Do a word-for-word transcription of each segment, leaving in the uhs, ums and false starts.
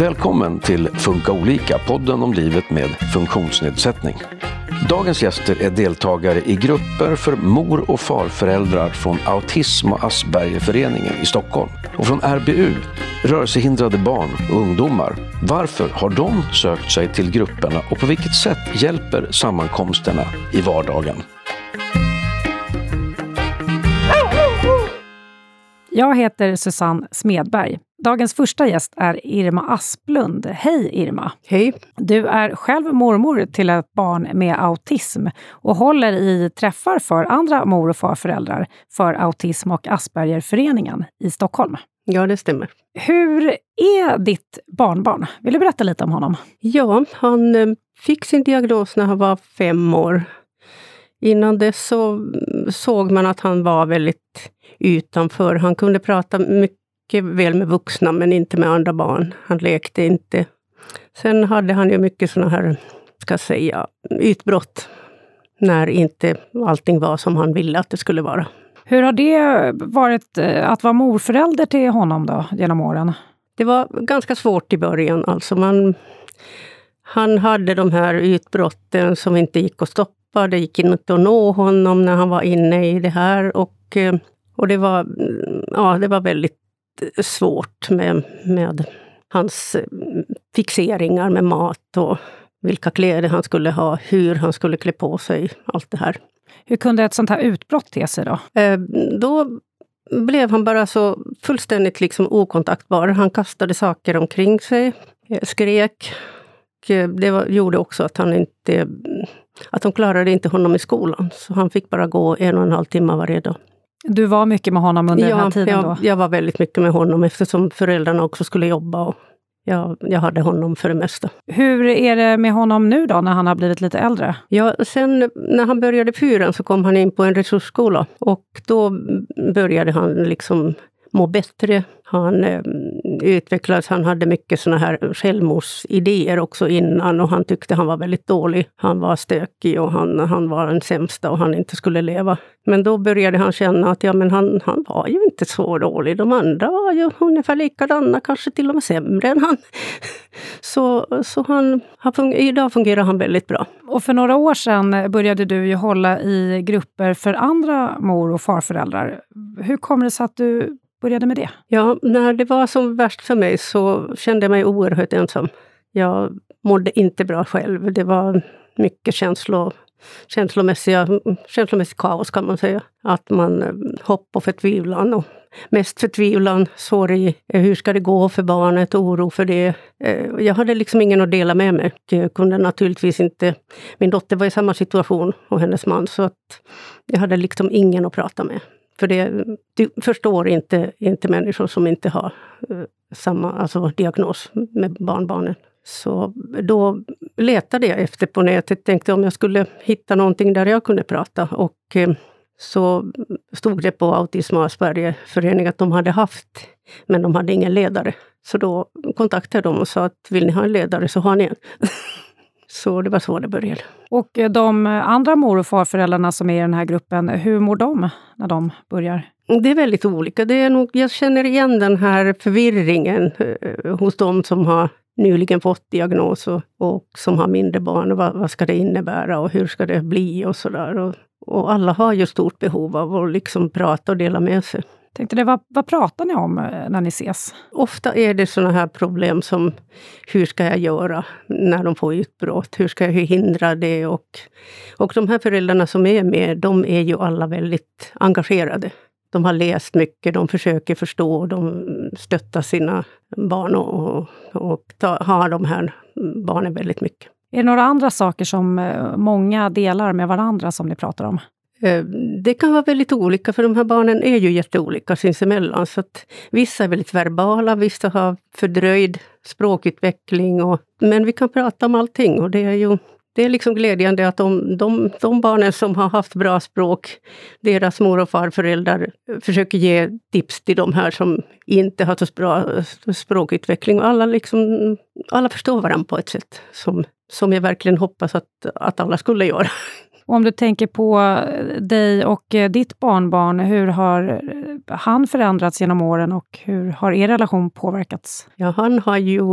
Välkommen till Funka olika, podden om livet med funktionsnedsättning. Dagens gäster är deltagare i grupper för mor- och farföräldrar från Autism- och Aspergerföreningen i Stockholm och från R B U, rörelsehindrade barn och ungdomar. Varför har de sökt sig till grupperna och på vilket sätt hjälper sammankomsterna i vardagen? Jag heter Susanne Smedberg. Dagens första gäst är Irma Asplund. Hej Irma! Hej! Du är själv mormor till ett barn med autism och håller i träffar för andra mor- och farföräldrar för Autism- och Aspergerföreningen i Stockholm. Ja, det stämmer. Hur är ditt barnbarn? Vill du berätta lite om honom? Ja, han fick sin diagnos när han var fem år. Innan dess så såg man att han var väldigt utanför. Han kunde prata mycket väl med vuxna men inte med andra barn. Han lekte inte. Sen hade han ju mycket såna här, ska jag säga, utbrott. När inte allting var som han ville att det skulle vara. Hur har det varit att vara morförälder till honom då genom åren? Det var ganska svårt i början. Alltså man, han hade de här utbrotten som inte gick att stoppa. Det gick inte att nå honom när han var inne i det här. Och, och det, var, ja, det var väldigt svårt med, med hans fixeringar med mat och vilka kläder han skulle ha, hur han skulle klä på sig, allt det här. Hur kunde ett sånt här utbrott te sig då? Eh, då blev han bara så fullständigt liksom okontaktbar. Han kastade saker omkring sig, skrek. Det var, gjorde också att han inte, att de klarade inte honom i skolan. Så han fick bara gå en och en halv timme varje dag. Du var mycket med honom under ja, den här tiden jag, då? jag var väldigt mycket med honom eftersom föräldrarna också skulle jobba. Och jag, jag hade honom för det mesta. Hur är det med honom nu då när han har blivit lite äldre? Ja, sen när han började fyran så kom han in på en resursskola. Och då började han liksom må bättre. Han eh, utvecklades, han hade mycket såna här självmordsidéer också innan och han tyckte han var väldigt dålig. Han var stökig och han, han var den sämsta och han inte skulle leva. Men då började han känna att ja, men han, han var ju inte så dålig. De andra var ju ungefär likadana, kanske till och med sämre än han. så så han, han fun- idag fungerar han väldigt bra. Och för några år sedan började du ju hålla i grupper för andra mor- och farföräldrar. Hur kommer det sig att du började med det? Ja, när det var som värst för mig så kände jag mig oerhört ensam. Jag mådde inte bra själv. Det var mycket känslo, känslomässiga, känslomässigt kaos kan man säga. Att man hopp och förtvivlan och mest förtvivlan, sorg, hur ska det gå för barnet, oro för det. Jag hade liksom ingen att dela med mig. Jag kunde naturligtvis inte, min dotter var i samma situation och hennes man så att jag hade liksom ingen att prata med. För det, du förstår inte, inte människor som inte har eh, samma alltså, diagnos med barnbarnen. Så då letade jag efter på nätet. Tänkte om jag skulle hitta någonting där jag kunde prata. Och eh, så stod det på Autism- och Aspergerföreningen att de hade haft, men de hade ingen ledare. Så då kontaktade jag dem och sa att vill ni ha en ledare så har ni en. Så det var så det började. Och de andra mor- och farföräldrarna som är i den här gruppen, hur mår de när de börjar? Det är väldigt olika. Det är nog, jag känner igen den här förvirringen eh, hos de som har nyligen fått diagnos och, och som har mindre barn. Och vad, vad ska det innebära och hur ska det bli och sådär. Och, och alla har ju stort behov av att liksom prata och dela med sig. Tänkte det, vad, vad pratar ni om när ni ses? Ofta är det sådana här problem som hur ska jag göra när de får utbrott? Hur ska jag hindra det? Och, och de här föräldrarna som är med, de är ju alla väldigt engagerade. De har läst mycket, de försöker förstå, de stöttar sina barn och, och, och ta, har de här barnen väldigt mycket. Är det några andra saker som många delar med varandra som ni pratar om? Det kan vara väldigt olika, för de här barnen är ju jätteolika sinsemellan. Så att vissa är väldigt verbala, vissa har fördröjd språkutveckling. Och, men vi kan prata om allting och det är ju det är liksom glädjande att de, de, de barnen som har haft bra språk, deras mor- och farföräldrar försöker ge tips till de här som inte har så bra språkutveckling. Och alla, liksom, alla förstår varandra på ett sätt som, som jag verkligen hoppas att, att alla skulle göra. Och om du tänker på dig och ditt barnbarn, hur har han förändrats genom åren och hur har er relation påverkats? Ja, han har ju...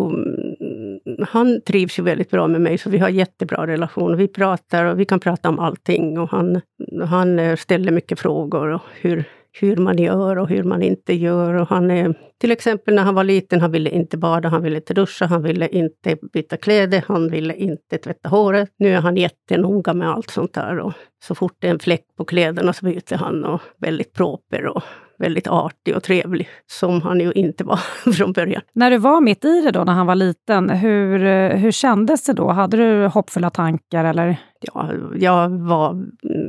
Han trivs ju väldigt bra med mig, så vi har jättebra relation. Vi pratar och vi kan prata om allting. Och han, han ställer mycket frågor och hur, hur man gör och hur man inte gör. Och han är, till exempel när han var liten, han ville inte bada, han ville inte duscha, han ville inte byta kläder, han ville inte tvätta håret. Nu är han jättenoga med allt sånt där. Och så fort det är en fläck på kläderna så byter han, och väldigt proper och väldigt artig och trevlig, som han ju inte var från början. När du var mitt i det då, när han var liten, hur, hur kändes det då? Hade du hoppfulla tankar eller? Ja, jag var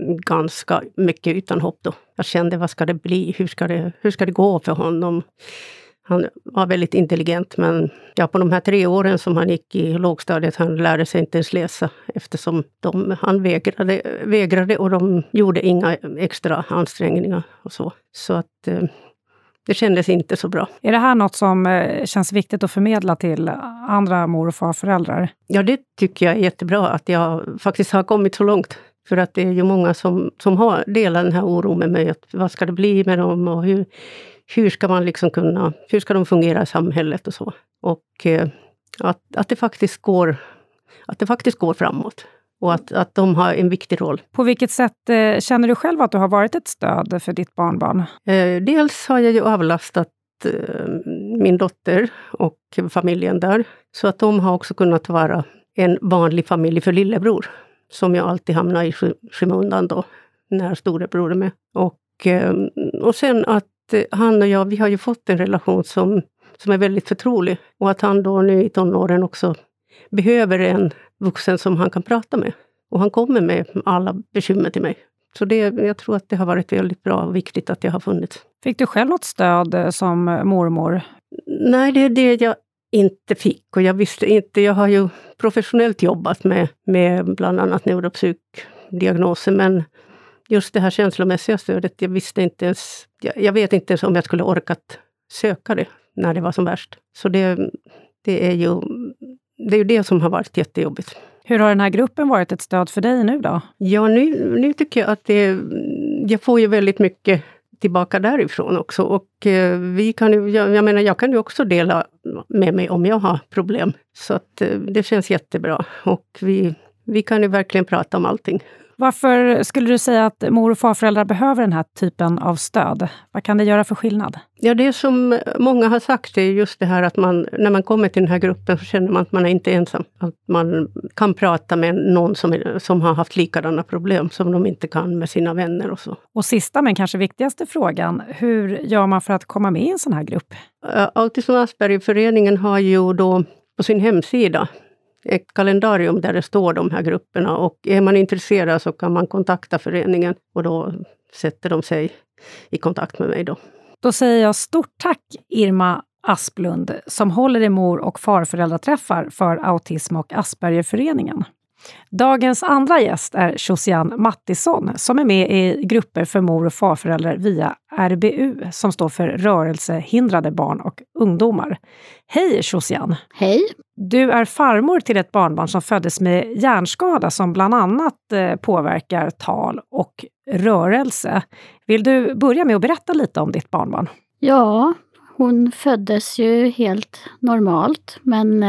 ganska mycket utan hopp då. Jag kände, vad ska det bli? Hur ska det, hur ska det gå för honom? Han var väldigt intelligent, men ja, på de här tre åren som han gick i lågstadiet, han lärde sig inte ens läsa, eftersom de, han vägrade, vägrade och de gjorde inga extra ansträngningar och så. Så att eh, det kändes inte så bra. Är det här något som eh, känns viktigt att förmedla till andra mor- och farföräldrar? Ja, det tycker jag är jättebra, att jag faktiskt har kommit så långt. För att det är ju många som, som har delat den här oron med mig. Att vad ska det bli med dem och hur... Hur ska man liksom kunna, hur ska de fungera i samhället och så. Och eh, att, att, det faktiskt går, att det faktiskt går framåt. Och att, att de har en viktig roll. På vilket sätt eh, känner du själv att du har varit ett stöd för ditt barnbarn? Eh, dels har jag ju avlastat eh, min dotter och familjen där. Så att de har också kunnat vara en vanlig familj för lillebror. Som jag alltid hamnar i skymundan då, när storebror är med. Och, eh, och sen att han och jag, vi har ju fått en relation som, som är väldigt förtrolig. Och att han då nu i tonåren också behöver en vuxen som han kan prata med. Och han kommer med alla bekymmer till mig. Så det, jag tror att det har varit väldigt bra och viktigt att jag har funnits. Fick du själv något stöd som mormor? Nej, det är det jag inte fick. Och jag visste inte, jag har ju professionellt jobbat med, med bland annat neuropsykdiagnoser. Men just det här känslomässiga stödet, jag visste inte ens, jag, jag vet inte ens om jag skulle orkat söka det när det var som värst. Så det, det, är ju, det är ju det som har varit jättejobbigt. Hur har den här gruppen varit ett stöd för dig nu då? Ja, nu, nu tycker jag att det, jag får ju väldigt mycket tillbaka därifrån också. Och eh, vi kan ju, jag, jag menar, jag kan ju också dela med mig om jag har problem. Så att eh, det känns jättebra. Och vi, vi kan ju verkligen prata om allting. Varför skulle du säga att mor- och farföräldrar behöver den här typen av stöd? Vad kan det göra för skillnad? Ja, det som många har sagt är just det här att man, när man kommer till den här gruppen så känner man att man är inte ensam. Att man kan prata med någon som, är, som har haft likadana problem som de inte kan med sina vänner och så. Och sista men kanske viktigaste frågan, hur gör man för att komma med i en sån här grupp? Autism och Aspergerföreningen har ju då på sin hemsida ett kalendarium där det står de här grupperna, och är man intresserad så kan man kontakta föreningen och då sätter de sig i kontakt med mig då. Då säger jag stort tack Irma Asplund som håller i mor- och farföräldraträffar för Autism och Aspergerföreningen. Dagens andra gäst är Josiane Mattisson som är med i grupper för mor- och farföräldrar via R B U som står för rörelsehindrade barn och ungdomar. Hej Josiane! Hej! Du är farmor till ett barnbarn som föddes med hjärnskada som bland annat påverkar tal och rörelse. Vill du börja med att berätta lite om ditt barnbarn? Ja, hon föddes ju helt normalt, men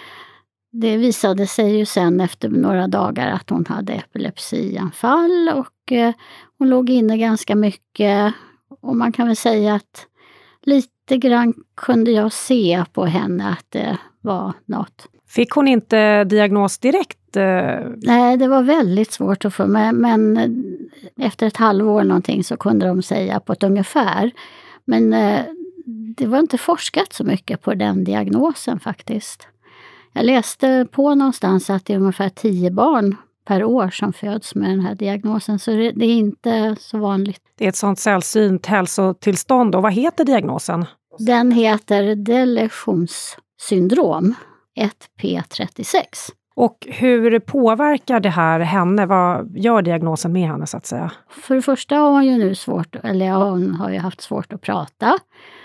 det visade sig ju sen efter några dagar att hon hade epilepsianfall och hon låg inne ganska mycket. Och man kan väl säga att lite grann kunde jag se på henne att det var något. Fick hon inte diagnos direkt? Nej, det var väldigt svårt att få, men, men efter ett halvår någonting så kunde de säga på ett ungefär. Men det var inte forskat så mycket på den diagnosen faktiskt. Jag läste på någonstans att det är ungefär tio barn per år som föds med den här diagnosen. Så det, det är inte så vanligt. Det är ett sånt sällsynt hälsotillstånd. Och vad heter diagnosen? Den heter deletionssyndrom ett P trettiosex. Och hur påverkar det här henne? Vad gör diagnosen med henne så att säga? För det första har hon ju nu svårt, eller hon har ju haft svårt att prata.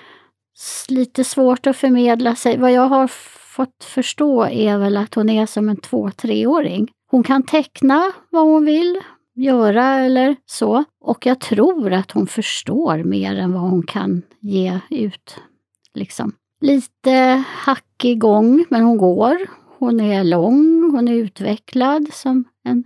Lite svårt att förmedla sig. Vad jag har fått förstå är väl att hon är som en två-treåring. Hon kan teckna vad hon vill. göra eller så. Och jag tror att hon förstår mer än vad hon kan ge ut. Liksom. Lite hackig gång, men hon går. Hon är lång, hon är utvecklad som en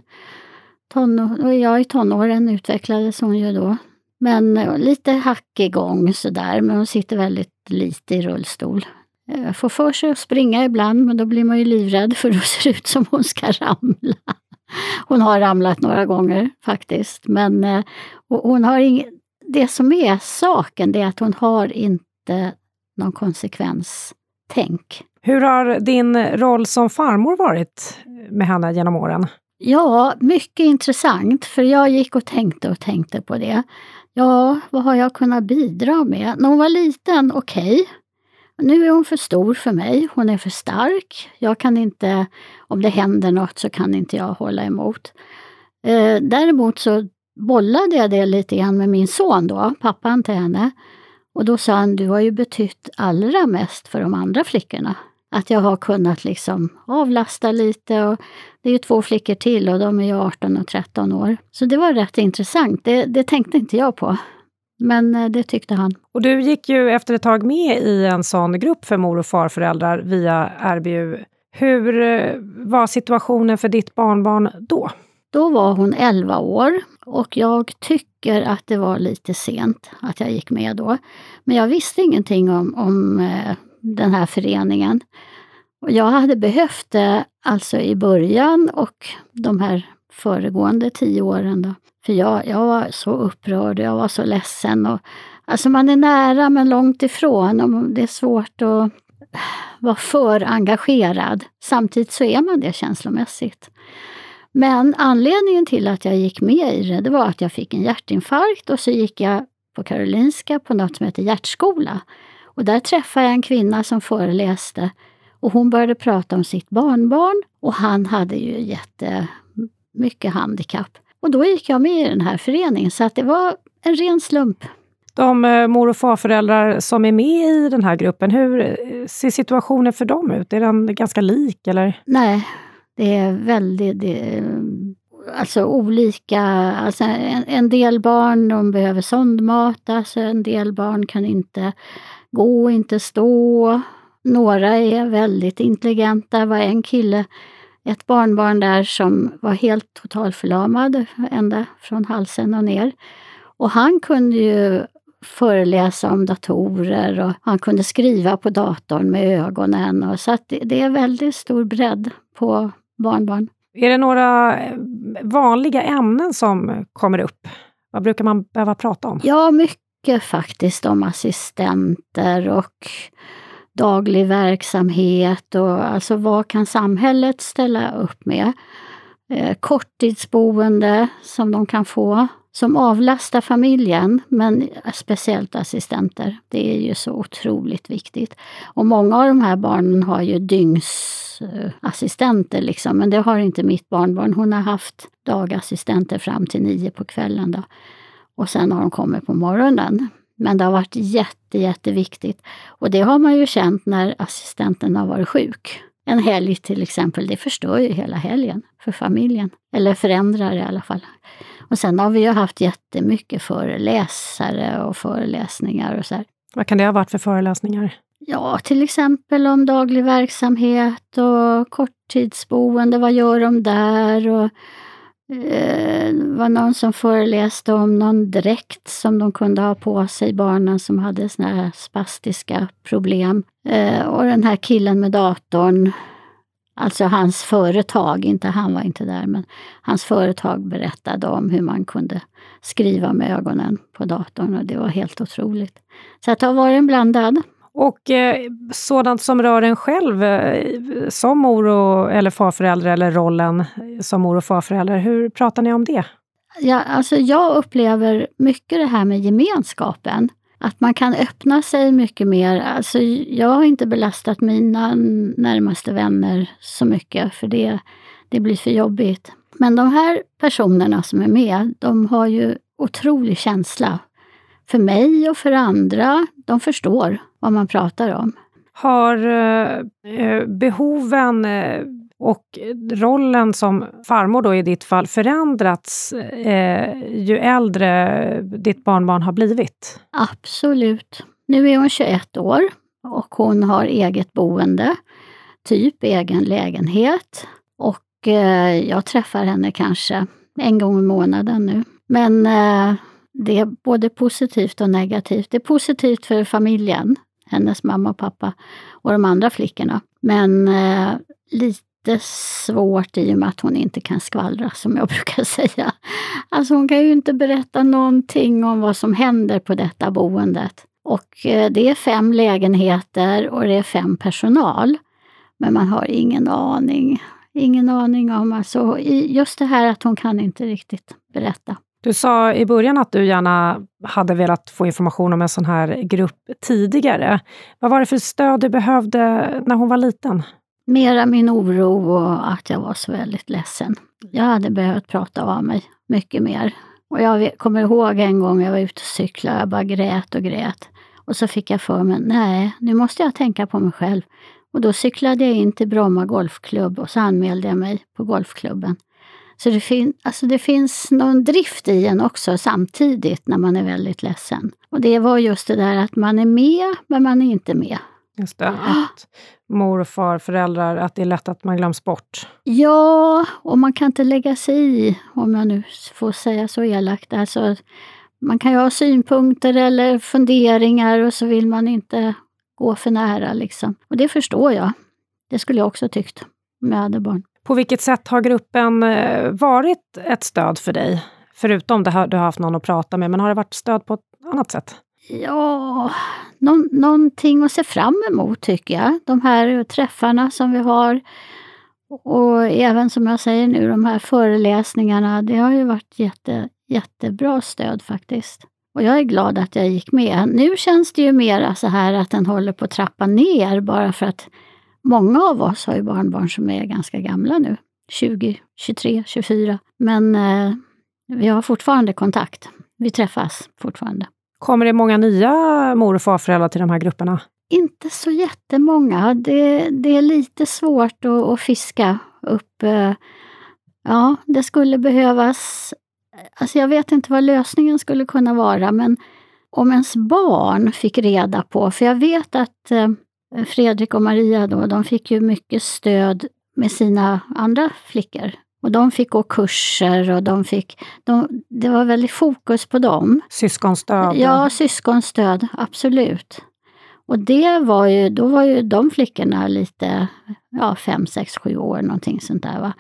tonår. Och jag i tonåren utvecklades hon ju då. Men lite hackig gång sådär, men hon sitter väldigt lite i rullstol. Jag får för sig att springa ibland, men då blir man ju livrädd för då ser det ut som hon ska ramla. Hon har ramlat några gånger faktiskt, men hon har ing- det som är saken det är att hon har inte någon konsekvenstänk. Hur har din roll som farmor varit med henne genom åren? Ja, mycket intressant, för jag gick och tänkte och tänkte på det. Ja, vad har jag kunnat bidra med? När hon var liten, okej. Okay. Nu är hon för stor för mig, hon är för stark. Jag kan inte, om det händer något så kan inte jag hålla emot. Eh, däremot så bollade jag det lite grann med min son då, pappan till henne. Och då sa han, du har ju betytt allra mest för de andra flickorna. Att jag har kunnat liksom avlasta lite och det är ju två flickor till och de är ju arton och tretton år. Så det var rätt intressant, det, det tänkte inte jag på. Men det tyckte han. Och du gick ju efter ett tag med i en sån grupp för mor- och farföräldrar via R B U. Hur var situationen för ditt barnbarn då? Då var hon elva år och jag tycker att det var lite sent att jag gick med då. Men jag visste ingenting om, om eh, den här föreningen. Och jag hade behövt det alltså i början och de här föregående tio åren då. För jag, jag var så upprörd och jag var så ledsen. Och, alltså man är nära men långt ifrån och det är svårt att vara för engagerad. Samtidigt så är man det känslomässigt. Men anledningen till att jag gick med i det, det var att jag fick en hjärtinfarkt och så gick jag på Karolinska på något som heter hjärtskola. Och där träffade jag en kvinna som föreläste och hon började prata om sitt barnbarn och han hade ju jättemycket handikapp. Och då gick jag med i den här föreningen så att det var en ren slump. De eh, mor- och farföräldrar som är med i den här gruppen, hur ser situationen för dem ut? Är den ganska lik eller? Nej, det är väldigt, det är, alltså olika, alltså en, en del barn de behöver sondmat, alltså en del barn kan inte gå, inte stå. Några är väldigt intelligenta, det var en kille, ett barnbarn där som var helt totalförlamad ända från halsen och ner. Och han kunde ju föreläsa om datorer och han kunde skriva på datorn med ögonen. Och så att det, det är väldigt stor bredd på barnbarn. Är det några vanliga ämnen som kommer upp? Vad brukar man behöva prata om? Ja, mycket faktiskt om assistenter och daglig verksamhet och alltså vad kan samhället ställa upp med. Eh, korttidsboende som de kan få, som avlastar familjen, men speciellt assistenter. Det är ju så otroligt viktigt. Och många av de här barnen har ju dygnsassistenter liksom, men det har inte mitt barnbarn. Hon har haft dagassistenter fram till nio på kvällen då. Och sen har de kommit på morgonen. Men det har varit jätte, jätteviktigt. Och det har man ju känt när assistenten har varit sjuk. En helg till exempel, det förstör ju hela helgen för familjen. Eller förändrar i alla fall. Och sen har vi ju haft jättemycket föreläsare och föreläsningar och så här. Vad kan det ha varit för föreläsningar? Ja, till exempel om daglig verksamhet och korttidsboende. Vad gör de där? Och det var någon som föreläste om någon dräkt som de kunde ha på sig, barnen som hade såna här spastiska problem. Och den här killen med datorn, alltså hans företag, inte han var inte där, men hans företag berättade om hur man kunde skriva med ögonen på datorn och det var helt otroligt. Så att det har varit en blandad. Och eh, sådant som rör en själv eh, som mor och, eller farförälder eller rollen som mor och farförälder, hur pratar ni om det? Ja, alltså jag upplever mycket det här med gemenskapen. Att man kan öppna sig mycket mer. Alltså jag har inte belastat mina närmaste vänner så mycket för det, det blir för jobbigt. Men de här personerna som är med, de har ju otrolig känsla. För mig och för andra, de förstår vad man pratar om. Har eh, behoven eh, Och rollen som farmor då i ditt fall förändrats eh, ju äldre ditt barnbarn har blivit? Absolut. Nu är hon tjugoett år och hon har eget boende, typ egen lägenhet. Och eh, jag träffar henne kanske en gång i månaden nu. Men eh, det är både positivt och negativt. Det är positivt för familjen, hennes mamma och pappa och de andra flickorna. Men eh, lite svårt i och med att hon inte kan skvallra, som jag brukar säga. Alltså hon kan ju inte berätta någonting om vad som händer på detta boendet. Och eh, det är fem lägenheter och det är fem personal. Men man har ingen aning. Ingen aning om, alltså just det här att hon kan inte riktigt berätta. Du sa i början att du gärna hade velat få information om en sån här grupp tidigare. Vad var det för stöd du behövde när hon var liten? Mera min oro och att jag var så väldigt ledsen. Jag hade behövt prata av mig mycket mer. Och jag kommer ihåg en gång jag var ute och cyklade, jag bara grät och grät. Och så fick jag för mig, nej, nu måste jag tänka på mig själv. Och då cyklade jag in till Bromma golfklubb och så anmälde jag mig på golfklubben. Så det, fin- alltså det finns någon drift i en också samtidigt när man är väldigt ledsen. Och det var just det där att man är med men man är inte med. Just det, att mor och far, föräldrar, att det är lätt att man glöms bort. Ja, och man kan inte lägga sig i, om jag nu får säga så elakt. Alltså, man kan ju ha synpunkter eller funderingar och så vill man inte gå för nära liksom. Och det förstår jag. Det skulle jag också tyckt om jag hade barn. På vilket sätt har gruppen varit ett stöd för dig? Förutom det här du har haft någon att prata med, men har det varit stöd på ett annat sätt? Ja, någon, någonting att se fram emot tycker jag. De här träffarna som vi har och även som jag säger nu, de här föreläsningarna, det har ju varit jätte, jättebra stöd faktiskt. Och jag är glad att jag gick med. Nu känns det ju mer så här att den håller på att trappa ner bara för att många av oss har ju barnbarn som är ganska gamla nu. tjugo, tjugotre, tjugofyra. Men eh, vi har fortfarande kontakt. Vi träffas fortfarande. Kommer det många nya mor- och farföräldrar till de här grupperna? Inte så jättemånga. Det, det är lite svårt att, att fiska upp. Ja, det skulle behövas. Alltså jag vet inte vad lösningen skulle kunna vara. Men om ens barn fick reda på. För jag vet att Fredrik och Maria då, de fick ju mycket stöd med sina andra flickor. Och de fick gå kurser och de fick, de, det var väldigt fokus på dem. Syskonstöd? Ja, syskonstöd, absolut. Och det var ju, då var ju de flickorna lite, ja, fem, sex, sju år, någonting sånt där va.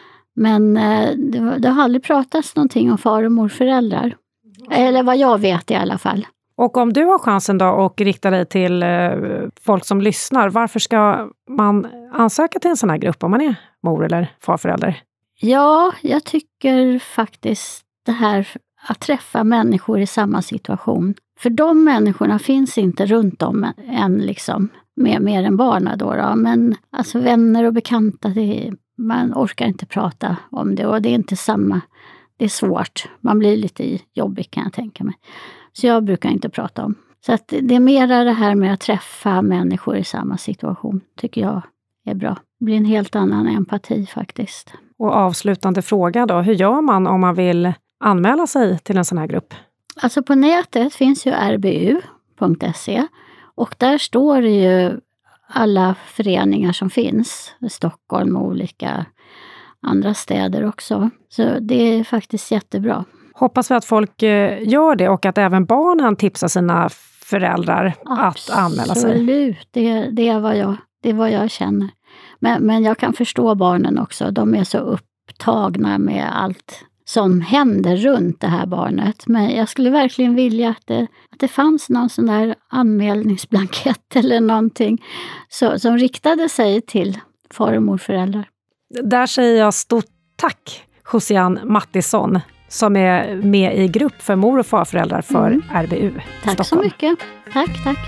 Men eh, det, det har aldrig pratats någonting om far- och morföräldrar. Eller vad jag vet i alla fall. Och om du har chansen då och rikta dig till eh, folk som lyssnar, varför ska man ansöka till en sån här grupp om man är mor- eller farförälder? Ja, jag tycker faktiskt det här att träffa människor i samma situation. För de människorna finns inte runt om än liksom, med mer än barna då, då. Men alltså vänner och bekanta, det, man orkar inte prata om det och det är inte samma, det är svårt. Man blir lite jobbig kan jag tänka mig. Så jag brukar inte prata om. Så att det är mera det här med att träffa människor i samma situation tycker jag är bra. Det blir en helt annan empati faktiskt. Och avslutande fråga då, hur gör man om man vill anmäla sig till en sån här grupp? Alltså på nätet finns ju r b u punkt se och där står det ju alla föreningar som finns. I Stockholm och olika andra städer också. Så det är faktiskt jättebra. Hoppas vi att folk gör det och att även barnen tipsar sina föräldrar Absolut. Att anmäla sig. Absolut, det, det, är vad jag, det är vad jag känner. Men, men jag kan förstå barnen också. De är så upptagna med allt som händer runt det här barnet. Men jag skulle verkligen vilja att det, att det fanns någon sån där anmälningsblankett eller någonting så, som riktade sig till far- och morföräldrar. Där säger jag stort tack Josiane Mattisson som är med i grupp för mor- och farföräldrar för mm. R B U Tack Stockholm. Så mycket. Tack, tack.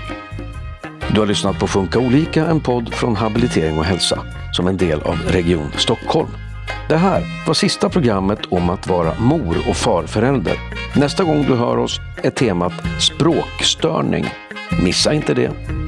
Du har lyssnat på Funka olika, en podd från Habilitering och hälsa som en del av Region Stockholm. Det här var sista programmet om att vara mor- och farförälder. Nästa gång du hör oss är temat språkstörning. Missa inte det.